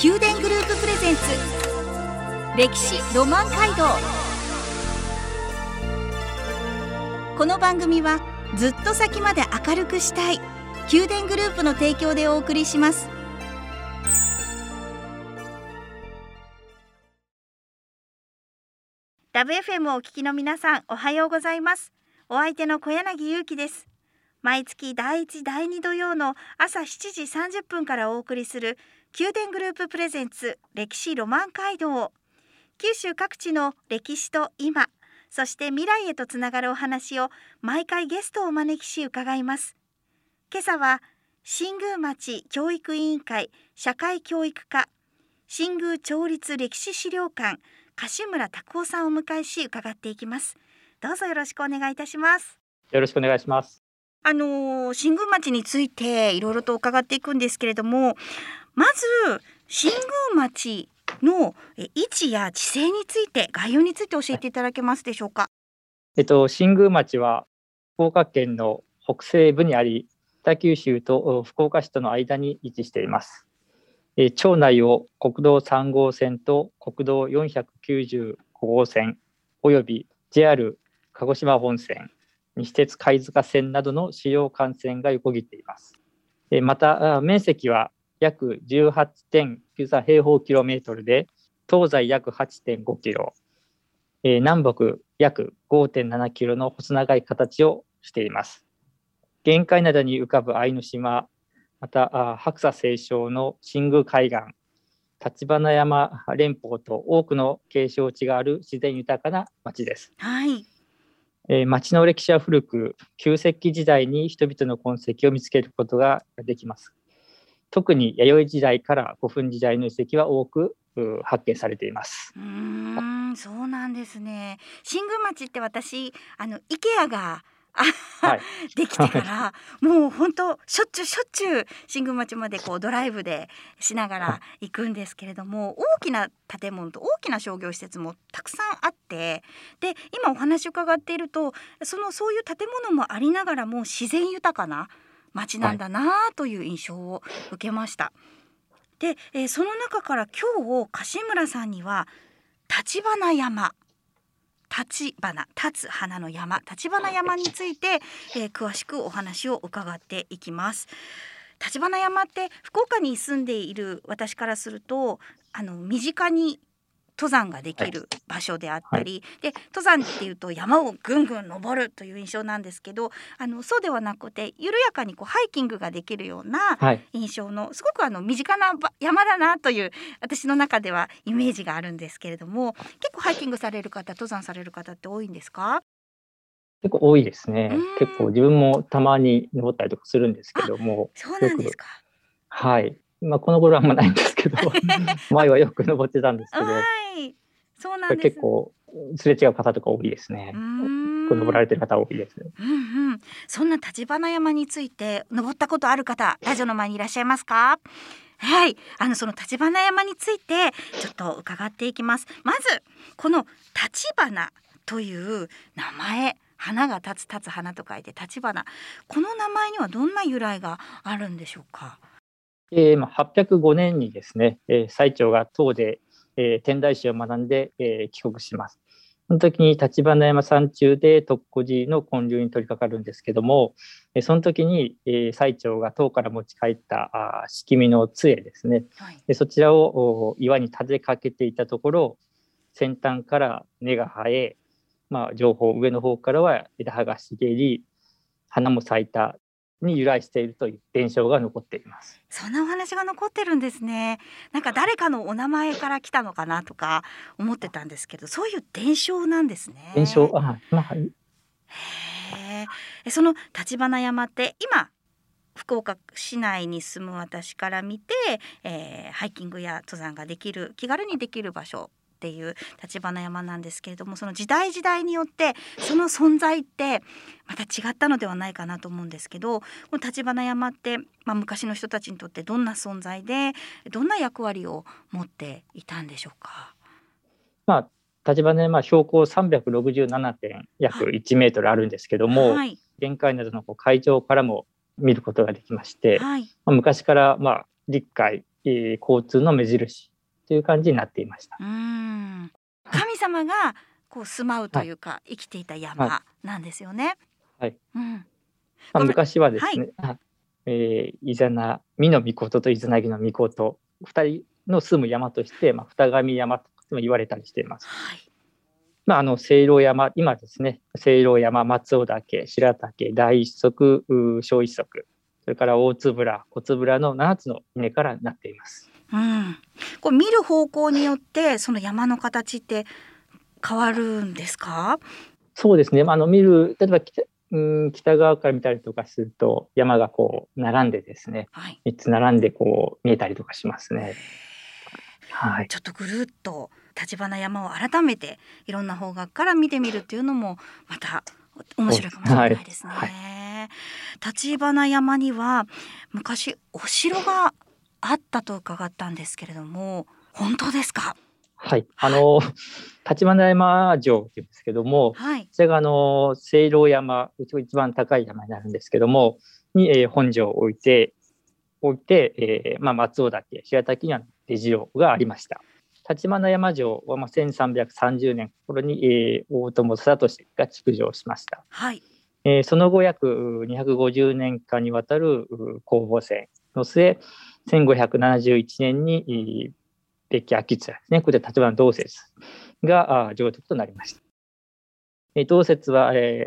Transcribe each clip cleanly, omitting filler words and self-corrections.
宮殿グループプレゼンツ歴史ロマン街道。この番組はずっと先まで明るくしたい宮殿グループの提供でお送りします。ラブ FM をお聞きの皆さん、おはようございます。お相手の小柳ゆうきです。毎月第1第2土曜の朝7時30分からお送りする宮殿グループプレゼンツ歴史ロマン街道。九州各地の歴史と今、そして未来へとつながるお話を毎回ゲストをお招きし伺います。今朝は新宮町教育委員会社会教育課新宮町立歴史資料館樫村拓夫さんをお迎えし伺っていきます。どうぞよろしくお願いいたします。 よろしくお願いします。 新宮町についていろいろと伺っていくんですけれども、まず新宮町の位置や地勢について、概要について教えていただけますでしょうか。 新宮町は福岡県の北西部にあり、北九州と福岡市との間に位置しています。町内を国道3号線と国道495号線および JR 鹿児島本線、西鉄貝塚線などの主要幹線が横切っています。また面積は約 18.93 平方キロメートルで、東西約 8.5 キロ、南北約 5.7 キロの細長い形をしています。玄界灘に浮かぶ相島、また白砂青松の新宮海岸、橘山連峰と多くの景勝地がある自然豊かな町です。 はい。 町の歴史は古く、旧石器時代に人々の痕跡を見つけることができます。特に弥生時代から古墳時代の遺跡は多く発見されています。 そうなんですね。新宮町って私IKEA がはい、 できてからもう本当しょっちゅう新宮町までドライブでしながら行くんですけれども、大きな建物と大きな商業施設もたくさんあって、で今お話を伺っているとそういう建物もありながらも自然豊かな町なんだなという印象を受けました。で、その中から今日樫村さんには橘山、立つ花の山、橘山について、詳しくお話を伺っていきます。橘山って福岡に住んでいる私からすると身近に登山ができる場所であったり、で登山っていうと山をぐんぐん登るという印象なんですけど、そうではなくて緩やかにハイキングができるような印象の、すごく身近な山だなという私の中ではイメージがあるんですけれども、結構ハイキングされる方、登山される方って多いんですか？ 結構多いですね。結構自分もたまに登ったりとかするんですけども。 そうなんですか。 はい。この頃はあんまないんですけど前はよく登ってたんですけど、 そうなんです。 結構すれ違う方とか多いですね。登られてる方多いです。 そんな橘山について登ったことある方、ラジオの前にいらっしゃいますか？はい、その橘山についてちょっと伺っていきます。まずこの橘という名前、花が立つ花と書いて橘、この名前にはどんな由来があるんでしょうか ？805年にですね、最澄が唐で、天台宗を学んで、帰国します。その時に橘山山中で徳古寺の建立に取り掛かるんですけども、その時に、最澄が唐から持ち帰った敷見の杖ですね、そちらを岩に立てかけていたところ、先端から根が生え、上の方からは枝葉が茂り、花も咲いたに由来しているという伝承が残っています。 そんなお話が残ってるんですね。なんか誰かのお名前から来たのかなとか思ってたんですけど、そういう伝承なんですね。 伝承、 その橘山って今福岡市内に住む私から見て、ハイキングや登山ができる、気軽にできる場所っていう橘山なんですけれども、その時代によってその存在ってまた違ったのではないかなと思うんですけど、この橘山って、昔の人たちにとってどんな存在でどんな役割を持っていたんでしょうか？ 橘山は標高367点約1メートルあるんですけども、玄界灘の海上からも見ることができまして、昔から陸海交通の目印という感じになっていました。 神様がこう住まうというか、生きていた山なんですよね。 昔はですね、イザナミの御事とイザナギの御事2人の住む山として、二神山とも言われたりしています。聖籠山、今ですね、聖籠山、松尾岳、白岳、大一足、小一足、それから大つぶら、小つぶらの7つの峰からなっています。 これ見る方向によってその山の形って変わるんですか？ そうですね、見る、例えば北側から見たりとかすると山がこう並んでですね、3つ並んでこう見えたりとかしますね。 ちょっとぐるっと橘山を改めていろんな方角から見てみるっていうのもまた面白いかもしれないですね。橘山には昔お城があったと伺ったんですけれども、本当ですか？ 橘山城っていうんですけども、それが聖籠山、一番高い山になるんですけどもに、本城を置いて、松尾岳、白岳には出城がありました。橘山城は1330年頃に、大友貞俊が築城しました。その後約250年間にわたる攻防戦の末、1571年に別家秋津ですね、これで橘同説が城督となりました。同説は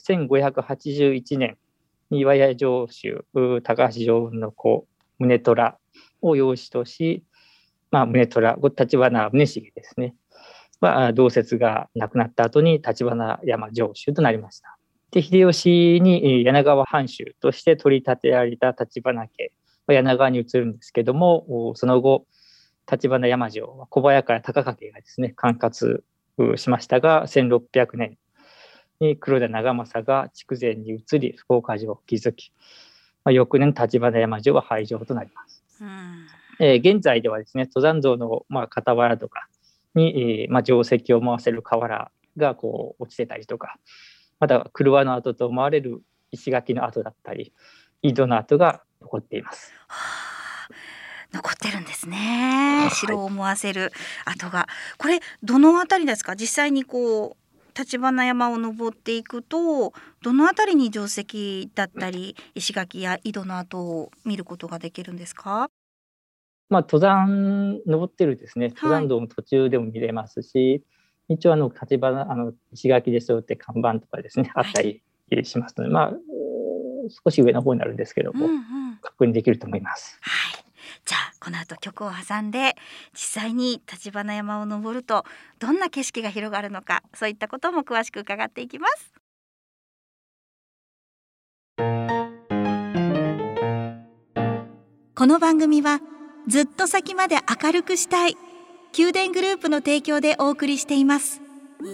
1581年に岩屋城主高橋常雲の子宗虎を養子とし、宗虎、橘宗重ですね、同説が亡くなった後に橘山城主となりました。で、秀吉に柳川藩主として取り立てられた橘家は柳川に移るんですけども、その後橘山城は小早川高掛がですね管轄しましたが、1600年に黒田長政が筑前に移り福岡城を築き、翌年橘山城は廃城となります。現在ではですね、登山道の傍らとかに、城跡を回せる瓦がこう落ちてたりとか、また車の跡と思われる石垣の跡だったり井戸の跡が残っています。 残ってるんですね。城を思わせる跡が、これどのあたりですか？実際にこう橘山を登っていくとどのあたりに城跡だったり石垣や井戸の跡を見ることができるんですか？ 登山登ってるですね、登山道の途中でも見れますし、一応橘石垣ですよって看板とかですね、あったりしますので、少し上の方になるんですけども、確認できると思います。 じゃあこの後曲を挟んで実際に橘山を登るとどんな景色が広がるのか、そういったことも詳しく伺っていきます。この番組はずっと先まで明るくしたい宮殿グループの提供でお送りしています。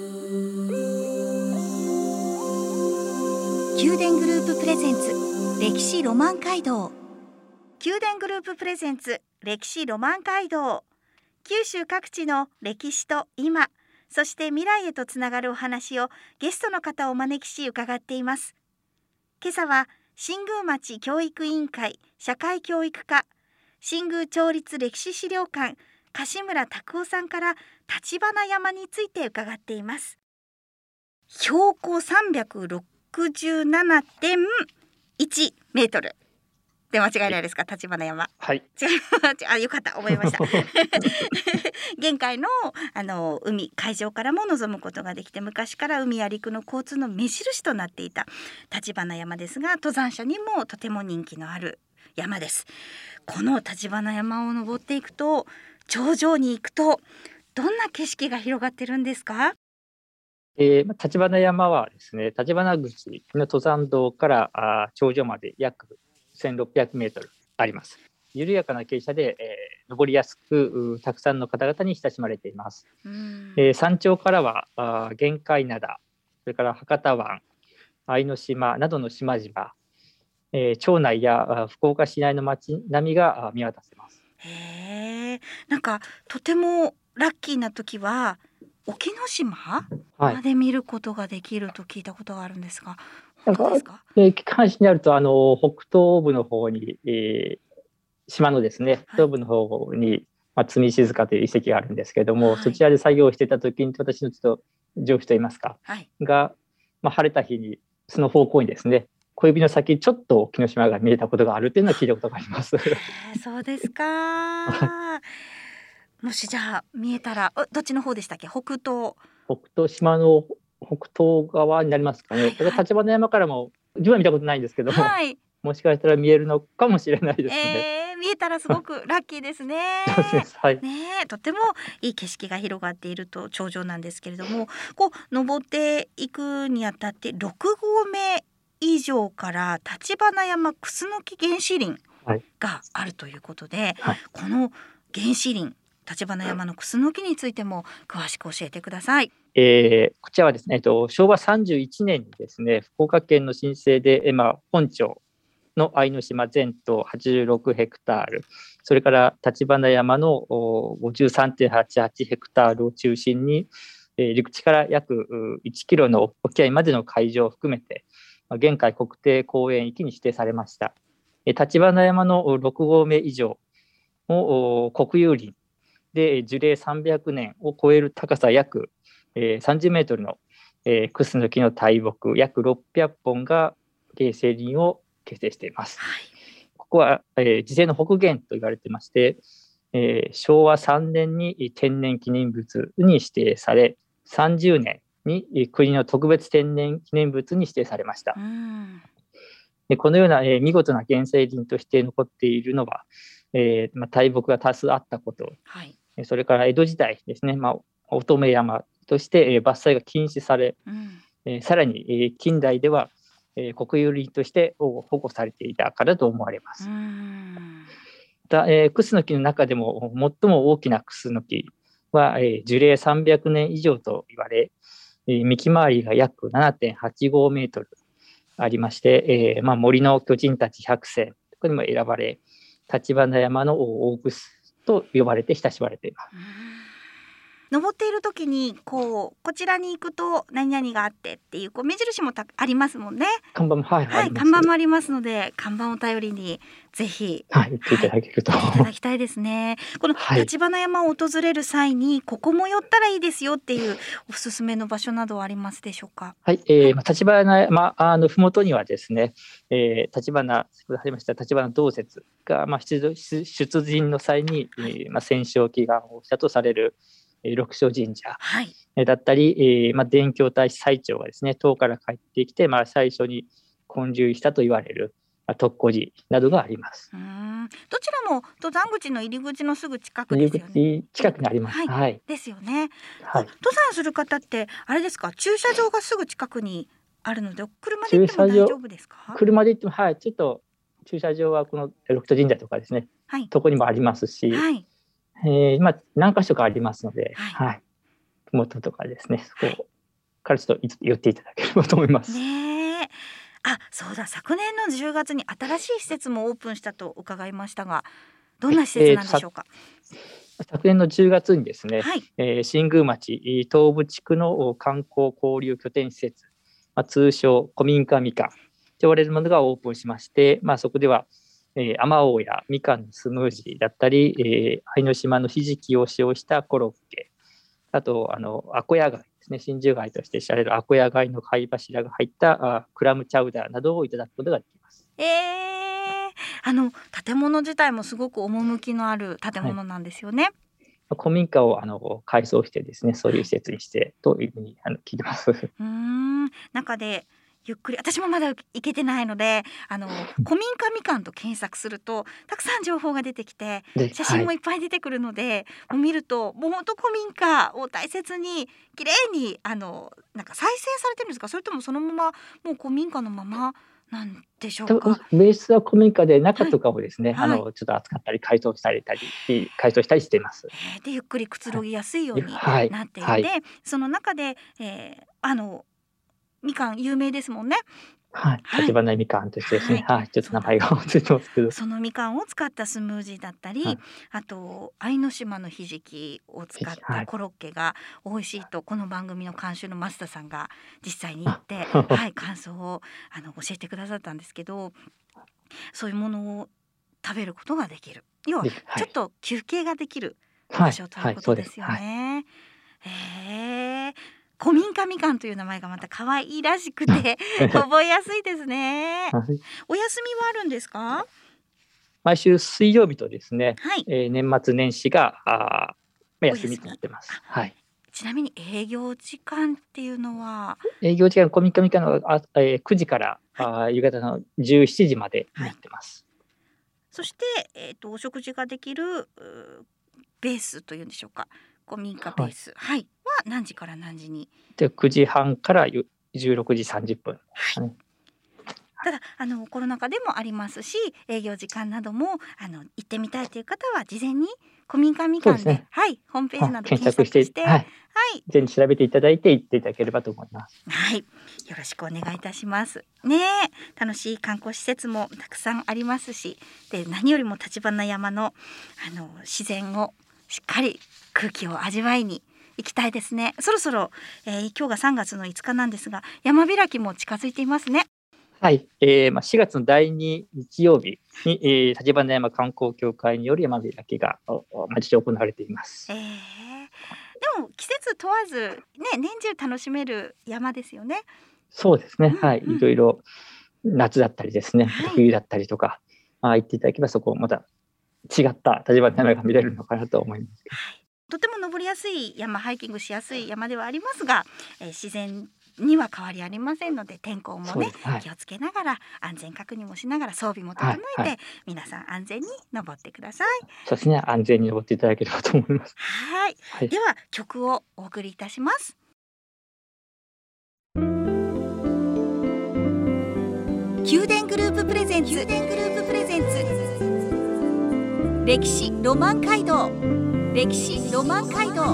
宮殿グループプレゼンツ歴史ロマン街道、宮殿グループプレゼンツ歴史ロマン街道、九州各地の歴史と今、そして未来へとつながるお話をゲストの方をお招きし伺っています。今朝は新宮町教育委員会社会教育課新宮町立歴史資料館樫村拓夫さんから橘山について伺っています。標高367.1メートルで間違いないですか？橘山。よかった、覚えました玄界の海上からも望むことができて、昔から海や陸の交通の目印となっていた橘山ですが、登山者にもとても人気のある山です。この橘山を登っていくと、頂上に行くとどんな景色が広がってるんですか？ 橘山はですね、橘口の登山道から頂上まで約1600メートルあります。緩やかな傾斜で、登りやすくたくさんの方々に親しまれています。山頂からは玄界灘、それから博多湾、愛の島などの島々、町内や福岡市内の町並みが見渡せます。 なんかとてもラッキーな時は沖ノ島まで見ることができると聞いたことがあるんですが、本当ですか？ 機関士になると北東部の方に、 島のですね、東部の方に、積静かという遺跡があるんですけれども、 はいそちらで作業をしていた時に、私のちょっと上司といいますか、 はいが、晴れた日に、その方向にですね、小指の先、ちょっと沖ノ島が見えたことがあるというのは聞いたことがあります。 そうですはい、 か。もしじゃあ見えたら、どっちの方でしたっけ？北東。 北東島の北東側になりますかね。だからはいはい立花山からも、自分は見たことないんですけども、 はい。 もしかしたら見えるのかもしれないですね。 見えたらすごくラッキーですね。 そうですね。はい。 ねえ、とてもいい景色が広がっていると頂上なんですけれども、こう登っていくにあたって6合目以上から立花山クスノキ原始林はいがあるということで、 はい、 この原始林立花山のクスノキについても詳しく教えてください。 こちらはですね、昭和31年にですね、福岡県の申請で、本町の相島全島86ヘクタール、それから立花山の53.88ヘクタールを中心に、陸地から約1キロの沖合までの海上を含めて、現在国定公園域に指定されました。立花山の6合目以上を国有林で樹齢300年を超える高さ約30メートルのクスノキの大木約600本が原生林を形成しています。 はい、 ここは自生の北限と言われていまして、昭和3年に天然記念物に指定され、30年に国の特別天然記念物に指定されました。でこのような見事な原生林として残っているのは、大木が多数あったこと、 はい、 それから江戸時代ですね、乙女山として伐採が禁止され、さらに近代では国有林として保護されていたからと思われます。またクスノキの中でも最も大きなクスノキは樹齢300年以上と言われ、幹回りが約 7.85 メートルありまして、森の巨人たち100選とかにも選ばれ、立花山の大楠と呼ばれて親しまれています。 登っている時にこちらに行くと何々があってっていう目印もありますもんね。 看板も、はい、 看板もありますので、看板を頼りにぜひ、 行っていただけると、 行っていただきたいですね。この立花山を訪れる際に、ここも寄ったらいいですよっていうおすすめの場所などはありますでしょうか？ はい、立花山ふもとにはですね、先ほどありました立花道雪が、出陣の際に、戦勝祈願をしたとされる六所神社だったり、伝教大師最長がですね、唐から帰ってきて、最初に建立したと言われる徳光寺などがあります。 どちらも登山口の入り口のすぐ近くですよね。 入り口近くにあります。はい。 ですよね。 はい、 登山する方ってあれですか、駐車場がすぐ近くにあるので、車で行っても大丈夫ですか？ 車で行っても、はい、ちょっと駐車場はこの六所神社とかですね、とこにもありますし、何か所かありますので、ふもととかですね、そこからちょっと寄っていただければと思います。 そうだ、昨年の10月に新しい施設もオープンしたと伺いましたが、どんな施設なんでしょうか？ 昨年の10月にですね、新宮町東部地区の観光交流拠点施設、通称古民家みかんと言われるものがオープンしまして、そこではあまおうやみかんのスムージーだったり、相島のひじきを使用したコロッケ、あとアコヤ貝ですね、真珠貝として知られるアコヤ貝の貝柱が入ったクラムチャウダーなどをいただくことができます。 建物自体もすごく趣のある建物なんですよね。 古民家を改装してですね、そういう施設にしてというふうに聞いてます。 中でゆっくり、私もまだ行けてないので、古民家みかんと検索するとたくさん情報が出てきて、写真もいっぱい出てくるので、もう見るともう本当古民家を大切に綺麗になんか再生されてるんですか、それともそのままもう古民家のままなんでしょうか？ ベースは古民家で、中とかをですね、ちょっと扱ったり改装したりしています。 でゆっくりくつろぎやすいようになっていて、その中で、みかん有名ですもんね。 立花みかんとしてですね、ちょっと名前がついてますけど、 そのみかんを使ったスムージーだったり、あと相島のひじきを使ったコロッケが美味しいと、この番組の監修の増田さんが実際に行って感想を教えてくださったんですけど、そういうものを食べることができる。要ははちょっと休憩ができるはい場所ということですよね。へえ。古民家みかんという名前がまた可愛らしくて覚えやすいですね。 はいお休みはあるんですか？ 毎週水曜日とですね、 はい。 年末年始が休みお休み。 となってます。 あ、 はい。 ちなみに営業時間っていうのは、 営業時間、コミカミカの9時からはい夕方の17時までにはい。 なってます。 そして、お食事ができるベースというんでしょうか。古民家ベはい。 ース、はい、は何時から何時に？ で、9時半から16時30分ですかね。 ただコロナ禍でもありますし、営業時間なども行ってみたいという方は事前に古民家みかんで、 そうですね。 はい、ホームページなど検検索して、 索して、はい、 全部調べていただいて行っていただければと思います。 はい、よろしくお願いいたしますね。楽しい観光施設もたくさんありますし、で何よりも橘山の自然をしっかり空気を味わいに行きたいですね。そろそろ、今日が3月の5日なんですが、山開きも近づいていますね。 はい。4月の第2日曜日に、橘山観光協会による山開きが毎年行われています。 でも季節問わずね、年中楽しめる山ですよね。 そうですね。はい。いろいろ夏だったりですね、 はい、 冬だったりとか、行っていただければそこまた違った橘山が見れるのかなと思います。 はい、とても登りやすい山、ハイキングしやすい山ではありますが、自然には変わりありませんので、天候もね、 はい、 気をつけながら安全確認もしながら装備も整えて、 はい、 皆さん安全に登ってください。 そうですね、安全に登っていただければと思います。 はい、では曲をお送りいたします。宮殿グループプレゼンツ、歴史ロマン街道、歴史ロマン街道。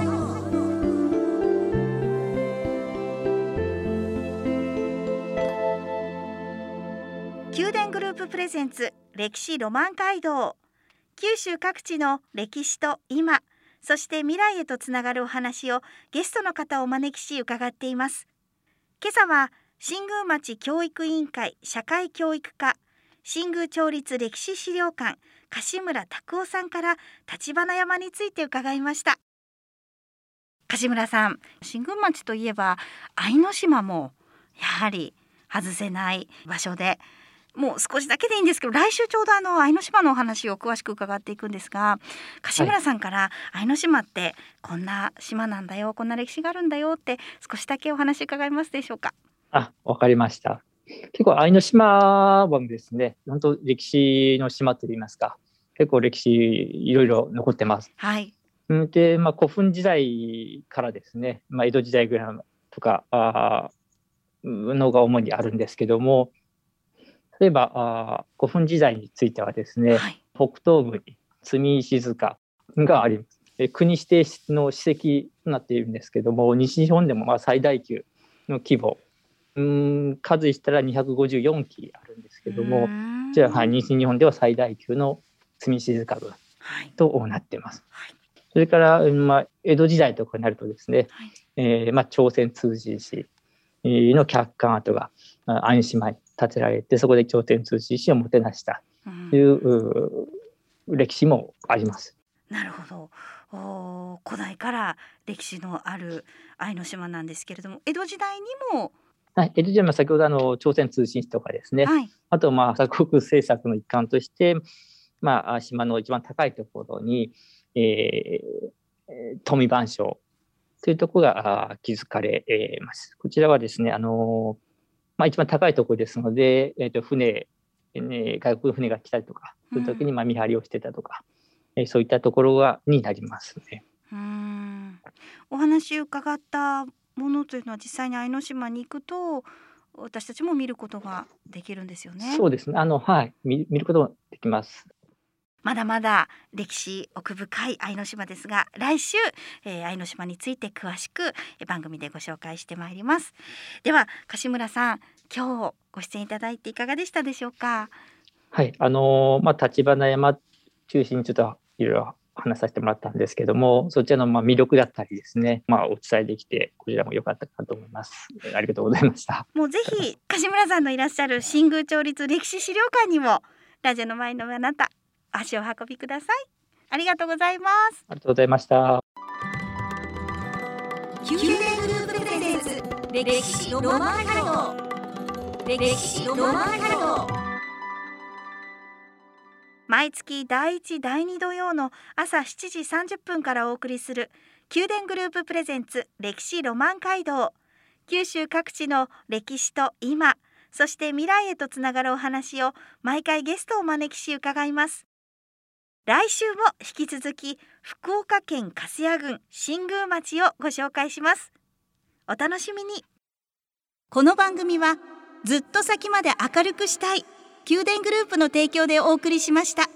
宮殿グループプレゼンツ歴史ロマン街道。九州各地の歴史と今、そして未来へとつながるお話をゲストの方をお招きし伺っています。今朝は新宮町教育委員会社会教育課新宮町立歴史資料館樫村拓夫さんから橘山について伺いました。樫村さん、新宮町といえば相島もやはり外せない場所で、もう少しだけでいいんですけど、来週ちょうど相島のお話を詳しく伺っていくんですが、樫村さんから相島ってこんな島なんだよ、こんな歴史があるんだよって少しだけお話伺いますでしょうか？ わかりました。結構相島はですね、本当歴史の島といいますか、結構歴史いろいろ残ってます。 はい。 で、古墳時代からですね、江戸時代ぐらいとかのが主にあるんですけども、例えば古墳時代についてはですね、 はい、 北東部に積石塚があります。国指定の史跡となっているんですけども、西日本でも最大級の規模、数したら254基あるんですけども、じゃあ、西日本では最大級の積石塚群となっています。はい、それから、江戸時代とかになるとですね、朝鮮通詞石の客観跡が相島に建てられて、そこで朝鮮通詞石をもてなしたという歴史もあります。 なるほど。古代から歴史のある相島なんですけれども、江戸時代にも、 はい、江戸時代も先ほど朝鮮通信使とかですね、あと鎖国政策の一環として、島の一番高いところに、富番所というところが築かれます。こちらはですね、一番高いところですので、船、外国の船が来たりとか、そういう時に見張りをしてたとか、そういったところになりますね。 お話伺ったものというのは実際に相島に行くと私たちも見ることができるんですよね。 そうですね。見ることができます。 まだまだ歴史奥深い相島ですが、来週、相島について詳しく番組でご紹介してまいります。では樫村さん、今日ご出演いただいていかがでしたでしょうか？ はい、橘山中心にちょっといろいろ話させてもらったんですけども、そちらの魅力だったりですね、お伝えできてこちらも良かったかと思います。ありがとうございました。 もうぜひ樫村さんのいらっしゃる新宮町立歴史資料館にもラジオの前のあなた足を運びください。ありがとうございます。 ありがとうございました。 宮殿グループプレゼンツ歴史ロマン街道、歴史ロマン街道。毎月第1第2土曜の朝7時30分からお送りする宮殿グループプレゼンツ歴史ロマン街道。九州各地の歴史と今、そして未来へとつながるお話を毎回ゲストをお招きし伺います。来週も引き続き福岡県粕谷郡新宮町をご紹介します。お楽しみに。この番組はずっと先まで明るくしたい宮殿グループの提供でお送りしました。